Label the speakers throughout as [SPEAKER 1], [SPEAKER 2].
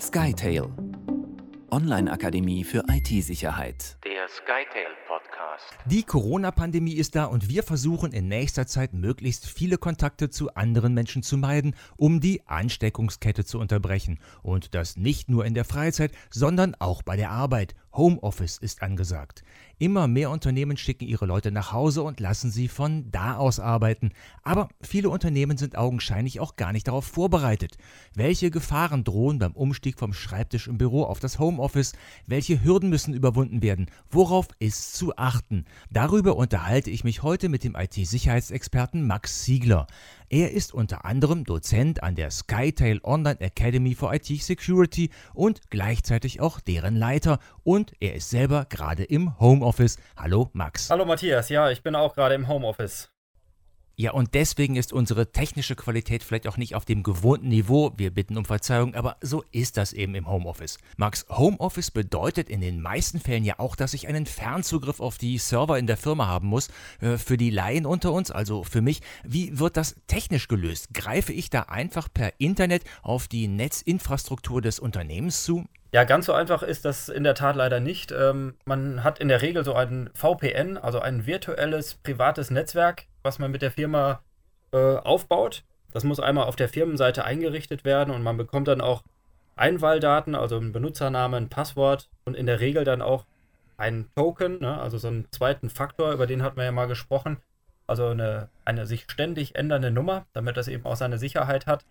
[SPEAKER 1] SkyTail, Online-Akademie für IT-Sicherheit.
[SPEAKER 2] Der SkyTail Podcast.
[SPEAKER 3] Die Corona-Pandemie ist da und wir versuchen in nächster Zeit möglichst viele Kontakte zu anderen Menschen zu meiden, um die Ansteckungskette zu unterbrechen. Und das nicht nur in der Freizeit, sondern auch bei der Arbeit. Homeoffice ist angesagt. Immer mehr Unternehmen schicken ihre Leute nach Hause und lassen sie von da aus arbeiten. Aber viele Unternehmen sind augenscheinlich auch gar nicht darauf vorbereitet. Welche Gefahren drohen beim Umstieg vom Schreibtisch im Büro auf das Homeoffice? Welche Hürden müssen überwunden werden? Worauf ist zu achten? Darüber unterhalte ich mich heute mit dem IT-Sicherheitsexperten Max Ziegler. Er ist unter anderem Dozent an der SkyTail Online Academy for IT Security und gleichzeitig auch deren Leiter. Und er ist selber gerade im Homeoffice. Hallo Max.
[SPEAKER 4] Hallo Matthias, ja, ich bin auch gerade im Homeoffice.
[SPEAKER 3] Ja, und deswegen ist unsere technische Qualität vielleicht auch nicht auf dem gewohnten Niveau. Wir bitten um Verzeihung, aber so ist das eben im Homeoffice. Max, Homeoffice bedeutet in den meisten Fällen ja auch, dass ich einen Fernzugriff auf die Server in der Firma haben muss. Für die Laien unter uns, also für mich, wie wird das technisch gelöst? Greife ich da einfach per Internet auf die Netzinfrastruktur des Unternehmens zu?
[SPEAKER 4] Ja, ganz so einfach ist das in der Tat leider nicht. Man hat in der Regel so ein VPN, also ein virtuelles, privates Netzwerk, was man mit der Firma aufbaut. Das muss einmal auf der Firmenseite eingerichtet werden und man bekommt dann auch Einwahldaten, also einen Benutzername, ein Passwort und in der Regel dann auch einen Token, ne, also so einen zweiten Faktor, über den hatten wir ja mal gesprochen. Also eine sich ständig ändernde Nummer, damit das eben auch seine Sicherheit hat.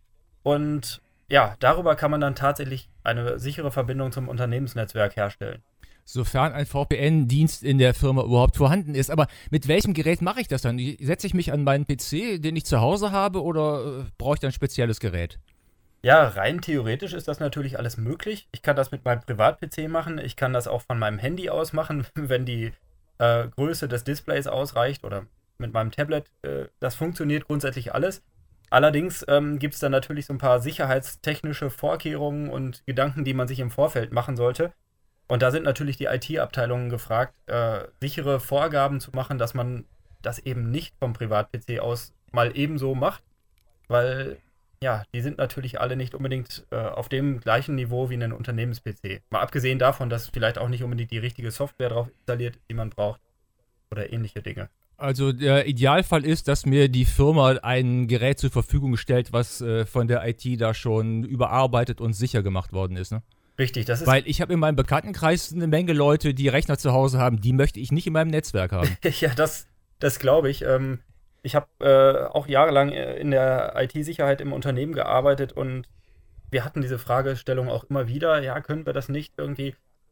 [SPEAKER 4] Und ja, darüber kann man dann tatsächlich eine sichere Verbindung zum Unternehmensnetzwerk herstellen.
[SPEAKER 3] Sofern ein VPN-Dienst in der Firma überhaupt vorhanden ist. Aber mit welchem Gerät mache ich das dann? Setze ich mich an meinen PC, den ich zu Hause habe, oder brauche ich dann ein spezielles Gerät?
[SPEAKER 4] Ja, rein theoretisch ist das natürlich alles möglich. Ich kann das mit meinem Privat-PC machen. Ich kann das auch von meinem Handy aus machen, wenn die Größe des Displays ausreicht, oder mit meinem Tablet. Das funktioniert grundsätzlich alles. Allerdings gibt es dann natürlich so ein paar sicherheitstechnische Vorkehrungen und Gedanken, die man sich im Vorfeld machen sollte. Und da sind natürlich die IT-Abteilungen gefragt, sichere Vorgaben zu machen, dass man das eben nicht vom Privat-PC aus mal ebenso macht. Weil, ja, die sind natürlich alle nicht unbedingt auf dem gleichen Niveau wie ein Unternehmens-PC. Mal abgesehen davon, dass vielleicht auch nicht unbedingt die richtige Software drauf installiert ist, die man braucht. Oder ähnliche Dinge.
[SPEAKER 3] Also der Idealfall ist, dass mir die Firma ein Gerät zur Verfügung stellt, was von der IT da schon überarbeitet und sicher gemacht worden ist, ne?
[SPEAKER 4] Richtig, das ist...
[SPEAKER 3] Weil ich habe in meinem Bekanntenkreis eine Menge Leute, die Rechner zu Hause haben, die möchte ich nicht in meinem Netzwerk haben.
[SPEAKER 4] Ja, das glaube ich. Ich habe auch jahrelang in der IT-Sicherheit im Unternehmen gearbeitet und wir hatten diese Fragestellung auch immer wieder, ja, können wir das nicht irgendwie?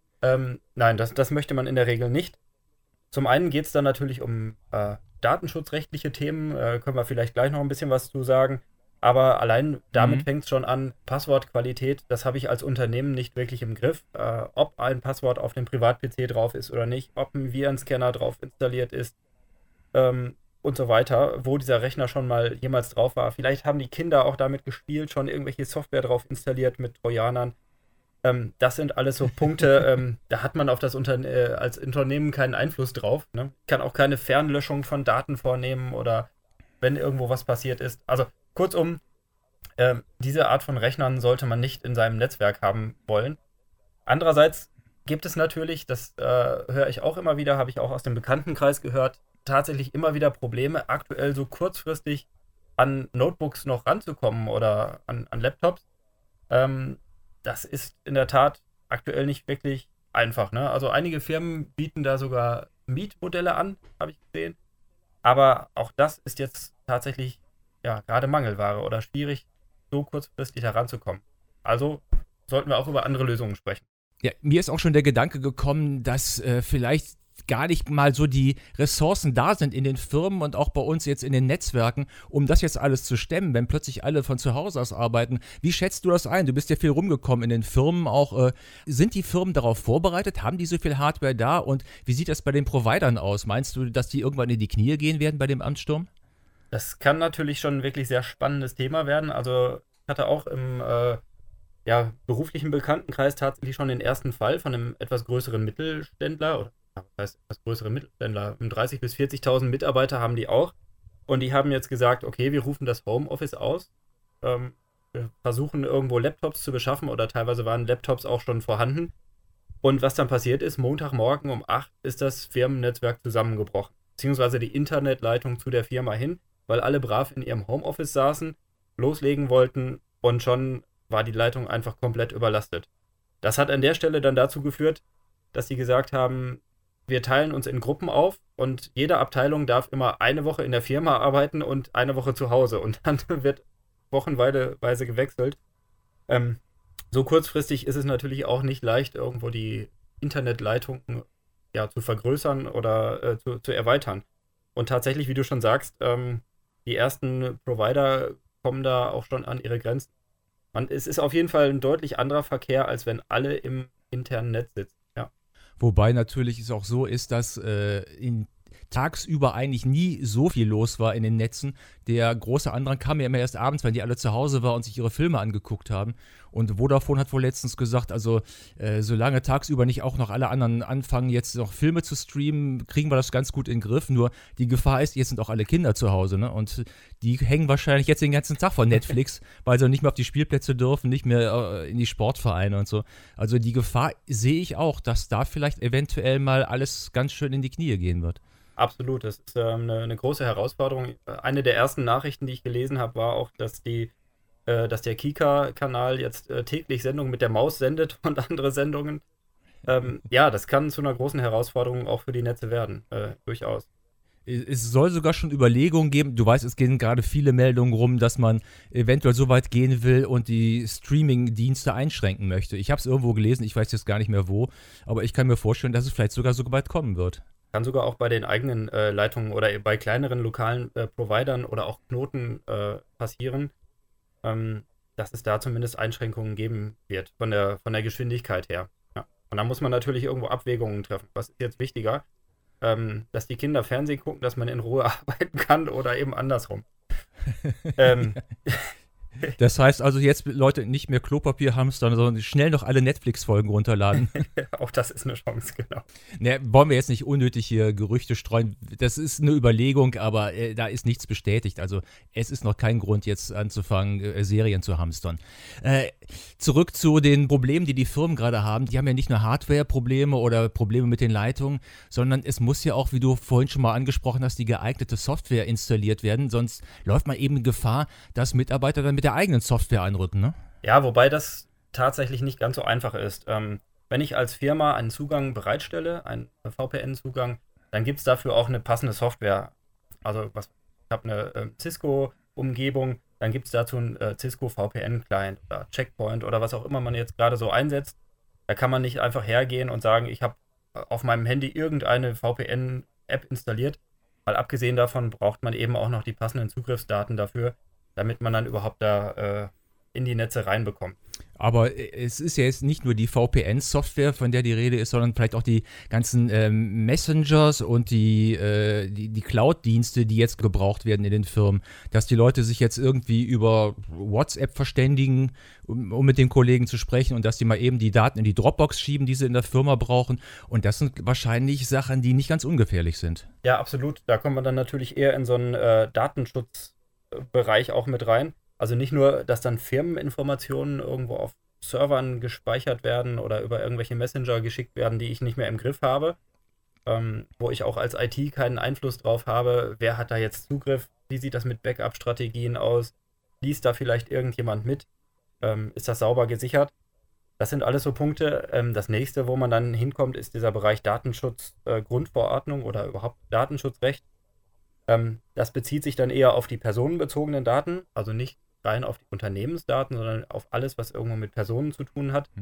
[SPEAKER 4] Nein, das möchte man in der Regel nicht. Zum einen geht es dann natürlich um datenschutzrechtliche Themen, können wir vielleicht gleich noch ein bisschen was zu sagen. Aber allein damit fängt es schon an, Passwortqualität, das habe ich als Unternehmen nicht wirklich im Griff. Ob ein Passwort auf dem Privat-PC drauf ist oder nicht, ob ein Virenscanner drauf installiert ist und so weiter, wo dieser Rechner schon mal jemals drauf war. Vielleicht haben die Kinder auch damit gespielt, schon irgendwelche Software drauf installiert mit Trojanern. Das sind alles so Punkte, da hat man auf das als Unternehmen keinen Einfluss drauf. Ne? Kann auch keine Fernlöschung von Daten vornehmen oder wenn irgendwo was passiert ist. Also kurzum, diese Art von Rechnern sollte man nicht in seinem Netzwerk haben wollen. Andererseits gibt es natürlich, das höre ich auch immer wieder, habe ich auch aus dem Bekanntenkreis gehört, tatsächlich immer wieder Probleme, aktuell so kurzfristig an Notebooks noch ranzukommen oder an Laptops. Das ist in der Tat aktuell nicht wirklich einfach, ne? Also einige Firmen bieten da sogar Mietmodelle an, habe ich gesehen. Aber auch das ist jetzt tatsächlich ja gerade Mangelware oder schwierig, so kurzfristig heranzukommen. Also sollten wir auch über andere Lösungen sprechen.
[SPEAKER 3] Ja, mir ist auch schon der Gedanke gekommen, dass vielleicht gar nicht mal so die Ressourcen da sind in den Firmen und auch bei uns jetzt in den Netzwerken, um das jetzt alles zu stemmen, wenn plötzlich alle von zu Hause aus arbeiten. Wie schätzt du das ein? Du bist ja viel rumgekommen in den Firmen auch. Sind die Firmen darauf vorbereitet? Haben die so viel Hardware da? Und wie sieht das bei den Providern aus? Meinst du, dass die irgendwann in die Knie gehen werden bei dem Ansturm?
[SPEAKER 4] Das kann natürlich schon ein wirklich sehr spannendes Thema werden. Also ich hatte auch im beruflichen Bekanntenkreis tatsächlich schon den ersten Fall von einem etwas größeren Mittelständler, oder was heißt etwas größere Mittelständler, 30.000 bis 40.000 Mitarbeiter haben die auch. Und die haben jetzt gesagt, okay, wir rufen das Homeoffice aus. versuchen, irgendwo Laptops zu beschaffen oder teilweise waren Laptops auch schon vorhanden. Und was dann passiert ist, Montagmorgen um 8 ist das Firmennetzwerk zusammengebrochen, beziehungsweise die Internetleitung zu der Firma hin, weil alle brav in ihrem Homeoffice saßen, loslegen wollten und schon war die Leitung einfach komplett überlastet. Das hat an der Stelle dann dazu geführt, dass sie gesagt haben, wir teilen uns in Gruppen auf und jede Abteilung darf immer eine Woche in der Firma arbeiten und eine Woche zu Hause. Und dann wird wochenweise gewechselt. So kurzfristig ist es natürlich auch nicht leicht, irgendwo die Internetleitung zu vergrößern oder zu erweitern. Und tatsächlich, wie du schon sagst, die ersten Provider kommen da auch schon an ihre Grenzen. Es ist auf jeden Fall ein deutlich anderer Verkehr, als wenn alle im internen Netz sitzen. Ja.
[SPEAKER 3] Wobei natürlich es auch so ist, dass tagsüber eigentlich nie so viel los war in den Netzen. Der große Andrang kam ja immer erst abends, wenn die alle zu Hause waren und sich ihre Filme angeguckt haben. Und Vodafone hat wohl letztens gesagt, also solange tagsüber nicht auch noch alle anderen anfangen, jetzt noch Filme zu streamen, kriegen wir das ganz gut in den Griff. Nur die Gefahr ist, jetzt sind auch alle Kinder zu Hause, ne? Und die hängen wahrscheinlich jetzt den ganzen Tag vor Netflix, weil sie nicht mehr auf die Spielplätze dürfen, nicht mehr in die Sportvereine und so. Also die Gefahr sehe ich auch, dass da vielleicht eventuell mal alles ganz schön in die Knie gehen wird.
[SPEAKER 4] Absolut, das ist eine große Herausforderung. Eine der ersten Nachrichten, die ich gelesen habe, war auch, dass der Kika-Kanal jetzt täglich Sendungen mit der Maus sendet und andere Sendungen. Das kann zu einer großen Herausforderung auch für die Netze werden, durchaus.
[SPEAKER 3] Es soll sogar schon Überlegungen geben, du weißt, es gehen gerade viele Meldungen rum, dass man eventuell so weit gehen will und die Streaming-Dienste einschränken möchte. Ich habe es irgendwo gelesen, ich weiß jetzt gar nicht mehr wo, aber ich kann mir vorstellen, dass es vielleicht sogar so weit kommen wird.
[SPEAKER 4] Kann sogar auch bei den eigenen Leitungen oder bei kleineren lokalen Providern oder auch Knoten passieren, dass es da zumindest Einschränkungen geben wird von der Geschwindigkeit her. Ja. Und da muss man natürlich irgendwo Abwägungen treffen. Was ist jetzt wichtiger? Dass die Kinder Fernsehen gucken, dass man in Ruhe arbeiten kann oder eben andersrum.
[SPEAKER 3] Das heißt also jetzt, Leute, nicht mehr Klopapier hamstern, sondern schnell noch alle Netflix-Folgen runterladen.
[SPEAKER 4] Auch das ist eine Chance, genau.
[SPEAKER 3] Ne, wollen wir jetzt nicht unnötig hier Gerüchte streuen. Das ist eine Überlegung, aber da ist nichts bestätigt. Also es ist noch kein Grund, jetzt anzufangen, Serien zu hamstern. Zurück zu den Problemen, die Firmen gerade haben. Die haben ja nicht nur Hardware-Probleme oder Probleme mit den Leitungen, sondern es muss ja auch, wie du vorhin schon mal angesprochen hast, die geeignete Software installiert werden. Sonst läuft man eben Gefahr, dass Mitarbeiter dann mit der eigenen Software einrücken, ne?
[SPEAKER 4] Ja, wobei das tatsächlich nicht ganz so einfach ist. Wenn ich als Firma einen Zugang bereitstelle, einen VPN-Zugang, dann gibt es dafür auch eine passende Software. Also ich habe eine Cisco-Umgebung, dann gibt es dazu einen Cisco VPN-Client oder Checkpoint oder was auch immer man jetzt gerade so einsetzt. Da kann man nicht einfach hergehen und sagen, ich habe auf meinem Handy irgendeine VPN-App installiert. Mal abgesehen davon braucht man eben auch noch die passenden Zugriffsdaten dafür, damit man dann überhaupt da in die Netze reinbekommt.
[SPEAKER 3] Aber es ist ja jetzt nicht nur die VPN-Software, von der die Rede ist, sondern vielleicht auch die ganzen Messengers und die Cloud-Dienste, die jetzt gebraucht werden in den Firmen. Dass die Leute sich jetzt irgendwie über WhatsApp verständigen, um mit den Kollegen zu sprechen und dass die mal eben die Daten in die Dropbox schieben, die sie in der Firma brauchen. Und das sind wahrscheinlich Sachen, die nicht ganz ungefährlich sind.
[SPEAKER 4] Ja, absolut. Da kommt man dann natürlich eher in so einen Datenschutzbereich auch mit rein. Also nicht nur, dass dann Firmeninformationen irgendwo auf Servern gespeichert werden oder über irgendwelche Messenger geschickt werden, die ich nicht mehr im Griff habe, wo ich auch als IT keinen Einfluss drauf habe, wer hat da jetzt Zugriff, wie sieht das mit Backup-Strategien aus, liest da vielleicht irgendjemand mit, ist das sauber gesichert? Das sind alles so Punkte. Das nächste, wo man dann hinkommt, ist dieser Bereich Datenschutz, Grundverordnung oder überhaupt Datenschutzrecht. Das bezieht sich dann eher auf die personenbezogenen Daten, also nicht rein auf die Unternehmensdaten, sondern auf alles, was irgendwo mit Personen zu tun hat.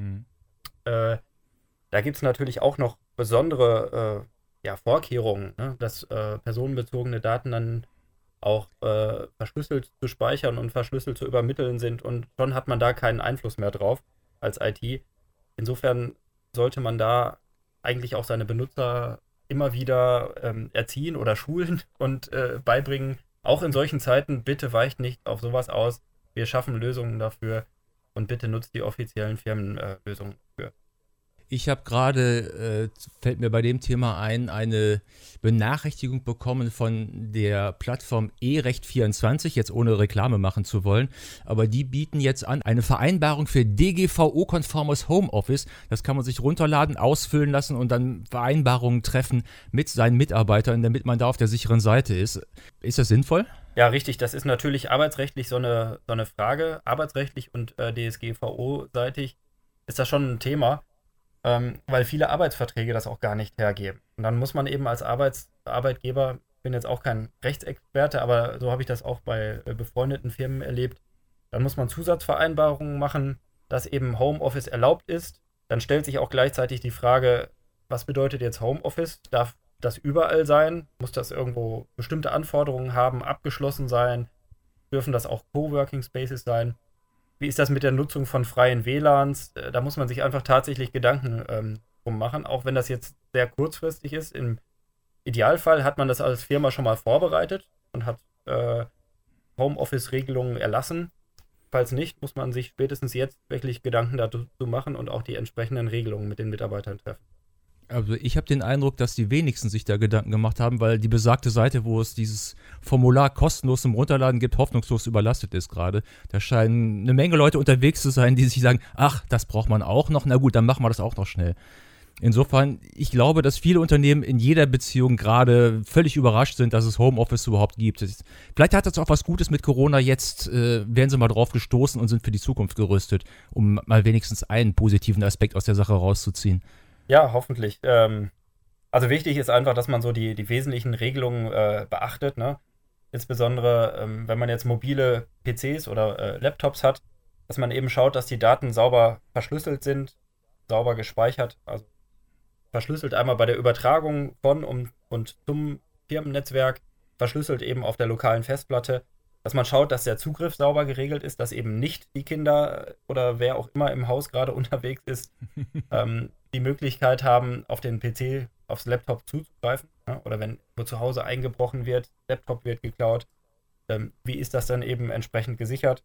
[SPEAKER 4] Da gibt es natürlich auch noch besondere Vorkehrungen, ne? Dass personenbezogene Daten dann auch verschlüsselt zu speichern und verschlüsselt zu übermitteln sind und schon hat man da keinen Einfluss mehr drauf als IT. Insofern sollte man da eigentlich auch seine Benutzer immer wieder erziehen oder schulen und beibringen, auch in solchen Zeiten, bitte weicht nicht auf sowas aus. Wir schaffen Lösungen dafür und bitte nutzt die offiziellen Firmenlösungen dafür.
[SPEAKER 3] Ich habe gerade, fällt mir bei dem Thema ein, eine Benachrichtigung bekommen von der Plattform eRecht24, jetzt ohne Reklame machen zu wollen, aber die bieten jetzt an eine Vereinbarung für DGVO-konformes Homeoffice. Das kann man sich runterladen, ausfüllen lassen und dann Vereinbarungen treffen mit seinen Mitarbeitern, damit man da auf der sicheren Seite ist. Ist das sinnvoll?
[SPEAKER 4] Ja, richtig. Das ist natürlich arbeitsrechtlich so eine Frage. Arbeitsrechtlich und DSGVO-seitig ist das schon ein Thema. Weil viele Arbeitsverträge das auch gar nicht hergeben. Und dann muss man eben als Arbeitgeber, ich bin jetzt auch kein Rechtsexperte, aber so habe ich das auch bei befreundeten Firmen erlebt, dann muss man Zusatzvereinbarungen machen, dass eben Homeoffice erlaubt ist. Dann stellt sich auch gleichzeitig die Frage, was bedeutet jetzt Homeoffice? Darf das überall sein? Muss das irgendwo bestimmte Anforderungen haben, abgeschlossen sein? Dürfen das auch Coworking Spaces sein? Wie ist das mit der Nutzung von freien WLANs? Da muss man sich einfach tatsächlich Gedanken drum machen, auch wenn das jetzt sehr kurzfristig ist. Im Idealfall hat man das als Firma schon mal vorbereitet und hat Homeoffice-Regelungen erlassen. Falls nicht, muss man sich spätestens jetzt wirklich Gedanken dazu machen und auch die entsprechenden Regelungen mit den Mitarbeitern treffen.
[SPEAKER 3] Also ich habe den Eindruck, dass die wenigsten sich da Gedanken gemacht haben, weil die besagte Seite, wo es dieses Formular kostenlos zum Runterladen gibt, hoffnungslos überlastet ist gerade. Da scheinen eine Menge Leute unterwegs zu sein, die sich sagen, ach, das braucht man auch noch, na gut, dann machen wir das auch noch schnell. Insofern, ich glaube, dass viele Unternehmen in jeder Beziehung gerade völlig überrascht sind, dass es Homeoffice überhaupt gibt. Vielleicht hat das auch was Gutes mit Corona. Jetzt werden sie mal drauf gestoßen und sind für die Zukunft gerüstet, um mal wenigstens einen positiven Aspekt aus der Sache rauszuziehen.
[SPEAKER 4] Ja, hoffentlich. Also wichtig ist einfach, dass man so die wesentlichen Regelungen beachtet, ne? Insbesondere, wenn man jetzt mobile PCs oder Laptops hat, dass man eben schaut, dass die Daten sauber verschlüsselt sind, sauber gespeichert, also verschlüsselt einmal bei der Übertragung von und zum Firmennetzwerk, verschlüsselt eben auf der lokalen Festplatte, dass man schaut, dass der Zugriff sauber geregelt ist, dass eben nicht die Kinder oder wer auch immer im Haus gerade unterwegs ist, die Möglichkeit haben, auf den PC, aufs Laptop zuzugreifen. Ja? Oder wenn wo zu Hause eingebrochen wird, Laptop wird geklaut, wie ist das dann eben entsprechend gesichert?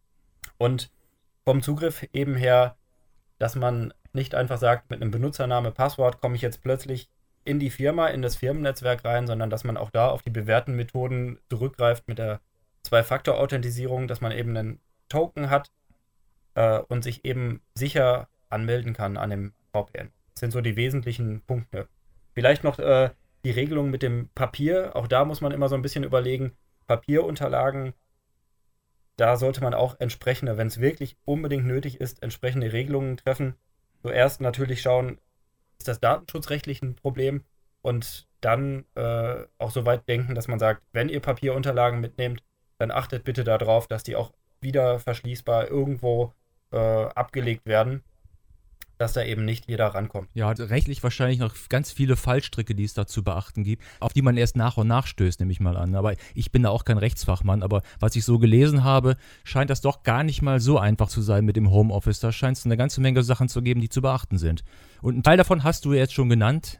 [SPEAKER 4] Und vom Zugriff eben her, dass man nicht einfach sagt, mit einem Benutzername, Passwort komme ich jetzt plötzlich in die Firma, in das Firmennetzwerk rein, sondern dass man auch da auf die bewährten Methoden zurückgreift mit der Zwei-Faktor-Authentisierung, dass man eben einen Token hat und sich eben sicher anmelden kann an dem VPN. Das sind so die wesentlichen Punkte. Vielleicht noch die Regelung mit dem Papier. Auch da muss man immer so ein bisschen überlegen, Papierunterlagen, da sollte man auch entsprechende, wenn es wirklich unbedingt nötig ist, entsprechende Regelungen treffen. Zuerst natürlich schauen, ist das datenschutzrechtlich ein Problem und dann auch so weit denken, dass man sagt, wenn ihr Papierunterlagen mitnehmt, dann achtet bitte darauf, dass die auch wieder verschließbar irgendwo abgelegt werden, dass da eben nicht jeder rankommt.
[SPEAKER 3] Ja, rechtlich wahrscheinlich noch ganz viele Fallstricke, die es da zu beachten gibt, auf die man erst nach und nach stößt, nehme ich mal an. Aber ich bin da auch kein Rechtsfachmann, aber was ich so gelesen habe, scheint das doch gar nicht mal so einfach zu sein mit dem Homeoffice. Da scheint es eine ganze Menge Sachen zu geben, die zu beachten sind. Und einen Teil davon hast du jetzt schon genannt.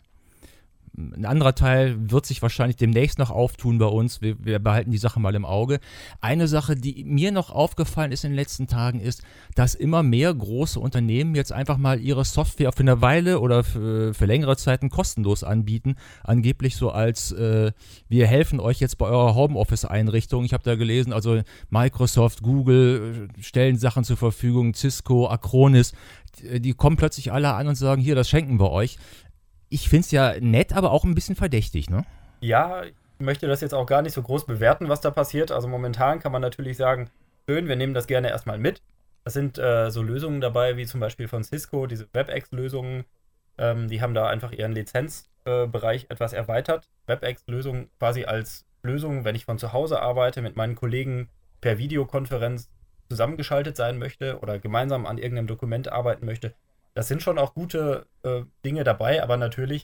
[SPEAKER 3] Ein anderer Teil wird sich wahrscheinlich demnächst noch auftun bei uns. Wir behalten die Sache mal im Auge. Eine Sache, die mir noch aufgefallen ist in den letzten Tagen, ist, dass immer mehr große Unternehmen jetzt einfach mal ihre Software für eine Weile oder für längere Zeiten kostenlos anbieten. Angeblich so als, wir helfen euch jetzt bei eurer Homeoffice-Einrichtung. Ich habe da gelesen, also Microsoft, Google stellen Sachen zur Verfügung, Cisco, Acronis, die kommen plötzlich alle an und sagen, hier, das schenken wir euch. Ich finde es ja nett, aber auch ein bisschen verdächtig, ne?
[SPEAKER 4] Ja, ich möchte das jetzt auch gar nicht so groß bewerten, was da passiert. Also momentan kann man natürlich sagen, schön, wir nehmen das gerne erstmal mit. Das sind so Lösungen dabei, wie zum Beispiel von Cisco, diese WebEx-Lösungen. Die haben da einfach ihren Lizenzbereich etwas erweitert. WebEx-Lösungen quasi als Lösung, wenn ich von zu Hause arbeite, mit meinen Kollegen per Videokonferenz zusammengeschaltet sein möchte oder gemeinsam an irgendeinem Dokument arbeiten möchte. Das sind schon auch gute Dinge dabei, aber natürlich,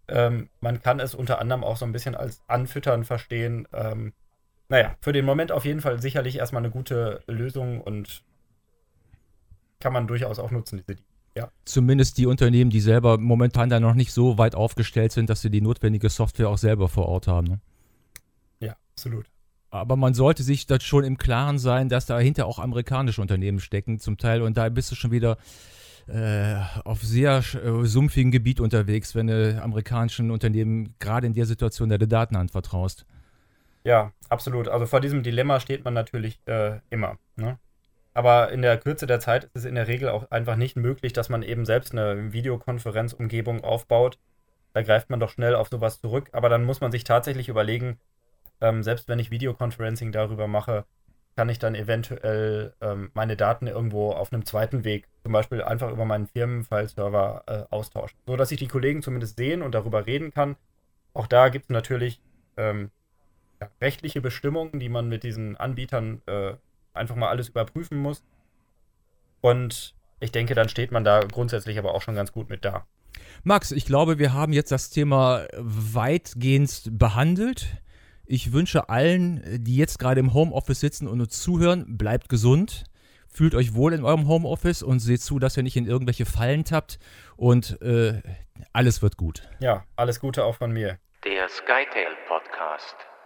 [SPEAKER 4] man kann es unter anderem auch so ein bisschen als Anfüttern verstehen. Für den Moment auf jeden Fall sicherlich erstmal eine gute Lösung und kann man durchaus auch nutzen, diese Dinge. Ja.
[SPEAKER 3] Zumindest die Unternehmen, die selber momentan da noch nicht so weit aufgestellt sind, dass sie die notwendige Software auch selber vor Ort haben. Ne?
[SPEAKER 4] Ja, absolut.
[SPEAKER 3] Aber man sollte sich das schon im Klaren sein, dass dahinter auch amerikanische Unternehmen stecken zum Teil und da bist du schon wieder auf sehr sumpfigem Gebiet unterwegs, wenn du amerikanischen Unternehmen gerade in der Situation deine Daten anvertraust.
[SPEAKER 4] Ja, absolut. Also vor diesem Dilemma steht man natürlich immer. Ne? Aber in der Kürze der Zeit ist es in der Regel auch einfach nicht möglich, dass man eben selbst eine Videokonferenzumgebung aufbaut. Da greift man doch schnell auf sowas zurück. Aber dann muss man sich tatsächlich überlegen, selbst wenn ich Videoconferencing darüber mache, kann ich dann eventuell meine Daten irgendwo auf einem zweiten Weg, zum Beispiel einfach über meinen Firmenfile-Server austauschen, so dass ich die Kollegen zumindest sehen und darüber reden kann. Auch da gibt es natürlich rechtliche Bestimmungen, die man mit diesen Anbietern einfach mal alles überprüfen muss. Und ich denke, dann steht man da grundsätzlich aber auch schon ganz gut mit da.
[SPEAKER 3] Max, ich glaube, wir haben jetzt das Thema weitgehend behandelt. Ich wünsche allen, die jetzt gerade im Homeoffice sitzen und uns zuhören, bleibt gesund, fühlt euch wohl in eurem Homeoffice und seht zu, dass ihr nicht in irgendwelche Fallen tappt und alles wird gut.
[SPEAKER 4] Ja, alles Gute auch von mir.
[SPEAKER 2] Der SkyTail Podcast.